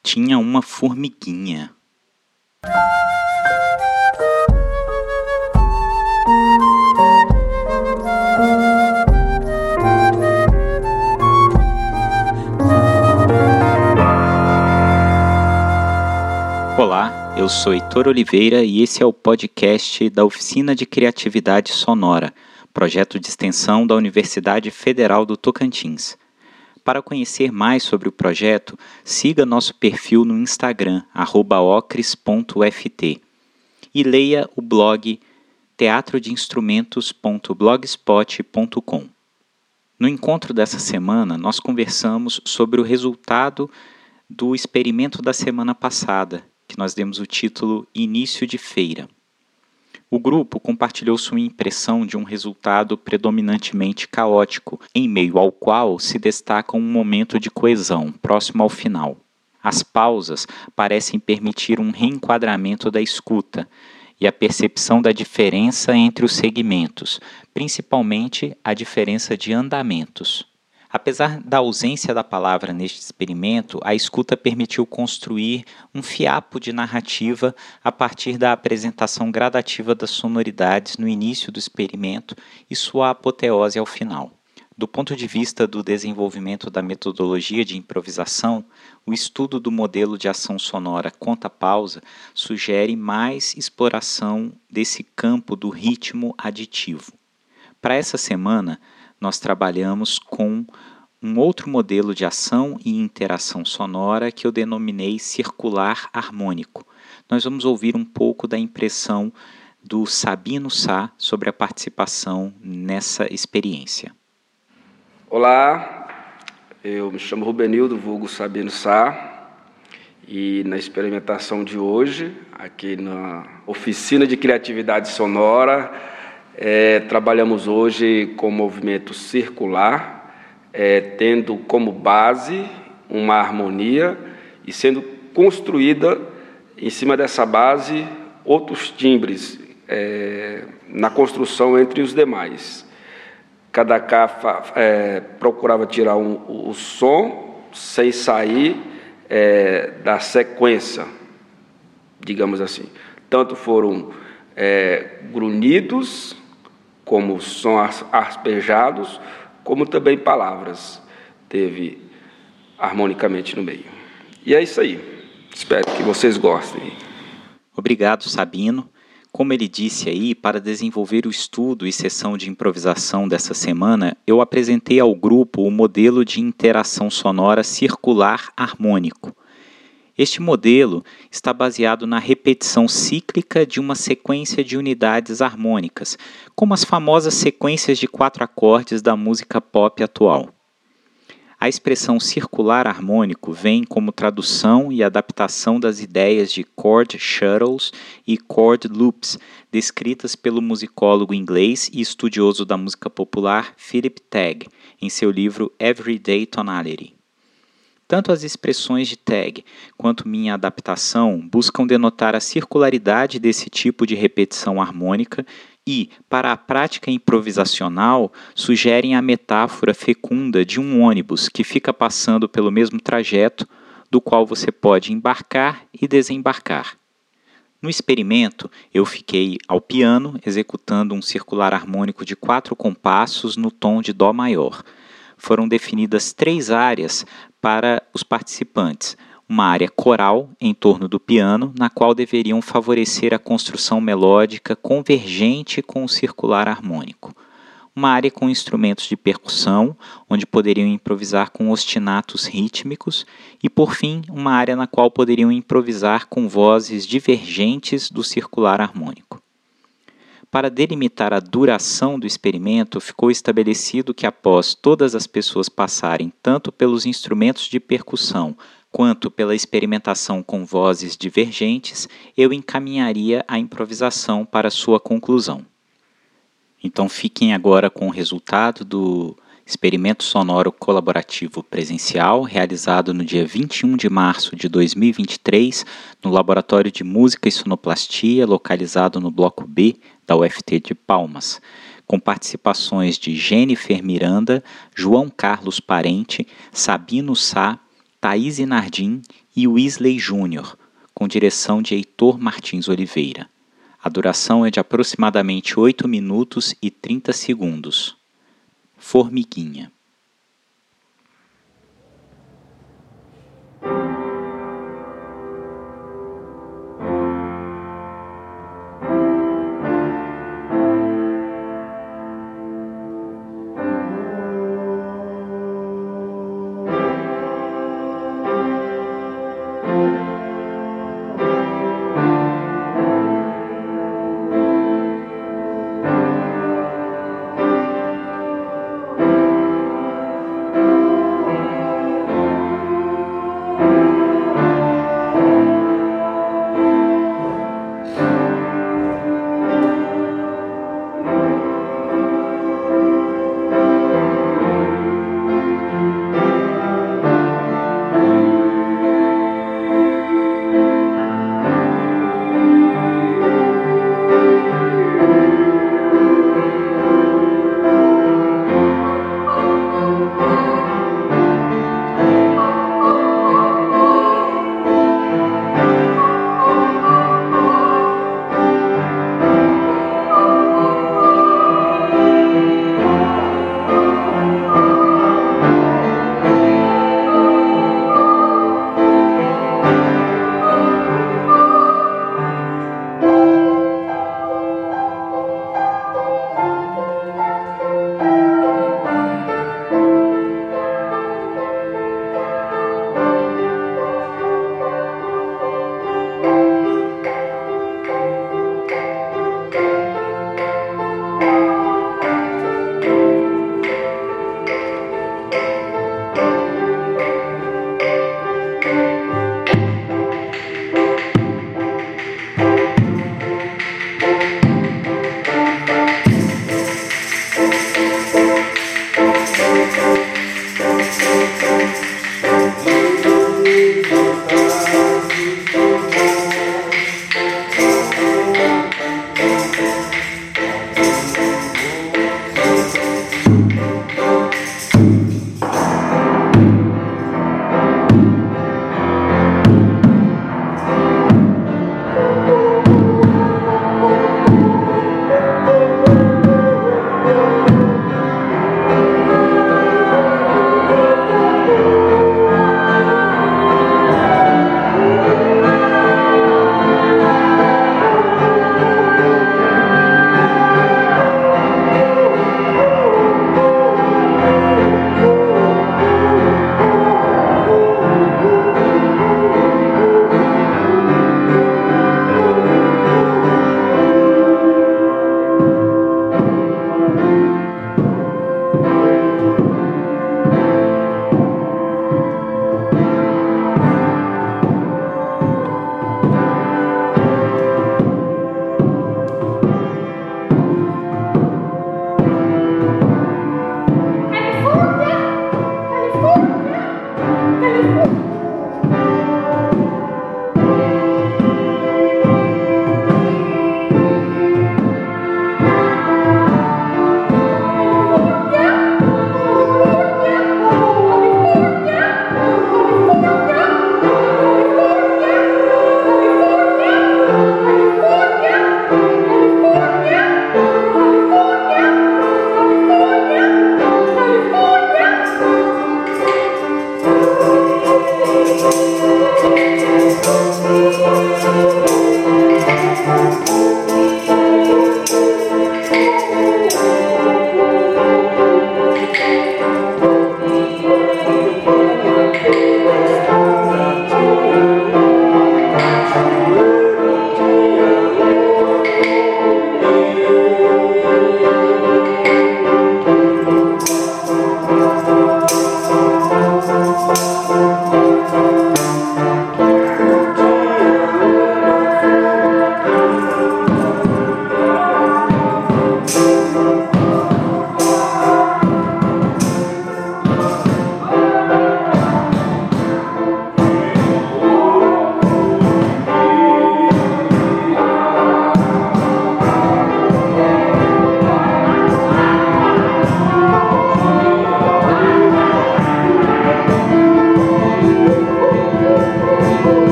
Tinha uma formiguinha. Olá, eu sou Heitor Oliveira e esse é o podcast da Oficina de Criatividade Sonora, projeto de extensão da Universidade Federal do Tocantins. Para conhecer mais sobre o projeto, siga nosso perfil no Instagram, @ocres.ft, e leia o blog teatrodeinstrumentos.blogspot.com. No encontro dessa semana, nós conversamos sobre o resultado do experimento da semana passada, que nós demos o título Início de Feira. O grupo compartilhou sua impressão de um resultado predominantemente caótico, em meio ao qual se destaca um momento de coesão, próximo ao final. As pausas parecem permitir um reenquadramento da escuta e a percepção da diferença entre os segmentos, principalmente a diferença de andamentos. Apesar da ausência da palavra neste experimento, a escuta permitiu construir um fiapo de narrativa a partir da apresentação gradativa das sonoridades no início do experimento e sua apoteose ao final. Do ponto de vista do desenvolvimento da metodologia de improvisação, o estudo do modelo de ação sonora conta-pausa sugere mais exploração desse campo do ritmo aditivo. Para essa semana, nós trabalhamos com um outro modelo de ação e interação sonora que eu denominei circular harmônico. Nós vamos ouvir um pouco da impressão do Sabino Sá sobre a participação nessa experiência. Olá, eu me chamo Rubenildo, vulgo Sabino Sá, e na experimentação de hoje, aqui na Oficina de Criatividade Sonora, trabalhamos hoje com movimento circular, tendo como base uma harmonia e sendo construída em cima dessa base outros timbres na construção entre os demais. Cada cá procurava tirar o som sem sair da sequência, digamos assim. Tanto foram grunhidos, como sons arpejados, como também palavras, teve harmonicamente no meio. E é isso aí, espero que vocês gostem. Obrigado, Sabino. Como ele disse aí, para desenvolver o estudo e sessão de improvisação dessa semana, eu apresentei ao grupo o modelo de interação sonora circular harmônico. Este modelo está baseado na repetição cíclica de uma sequência de unidades harmônicas, como as famosas sequências de 4 acordes da música pop atual. A expressão circular harmônico vem como tradução e adaptação das ideias de chord shuttles e chord loops, descritas pelo musicólogo inglês e estudioso da música popular Philip Tagg, em seu livro Everyday Tonality. Tanto as expressões de Tagg quanto minha adaptação buscam denotar a circularidade desse tipo de repetição harmônica e, para a prática improvisacional, sugerem a metáfora fecunda de um ônibus que fica passando pelo mesmo trajeto do qual você pode embarcar e desembarcar. No experimento, eu fiquei ao piano executando um circular harmônico de 4 compassos no tom de Dó maior. Foram definidas 3 áreas para os participantes. Uma área coral em torno do piano, na qual deveriam favorecer a construção melódica convergente com o circular harmônico. Uma área com instrumentos de percussão, onde poderiam improvisar com ostinatos rítmicos. E, por fim, uma área na qual poderiam improvisar com vozes divergentes do circular harmônico. Para delimitar a duração do experimento, ficou estabelecido que após todas as pessoas passarem tanto pelos instrumentos de percussão quanto pela experimentação com vozes divergentes, eu encaminharia a improvisação para sua conclusão. Então fiquem agora com o resultado do experimento sonoro colaborativo presencial, realizado no dia 21 de março de 2023, no Laboratório de Música e Sonoplastia, localizado no Bloco B da UFT de Palmas, com participações de Jennifer Miranda, João Carlos Parente, Sabino Sá, Thaís Nardim e Weasley Júnior, com direção de Heitor Martins Oliveira. A duração é de aproximadamente 8 minutos e 30 segundos. Formiguinha.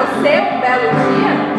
nascer um belo dia.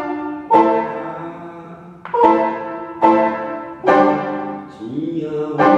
Tinha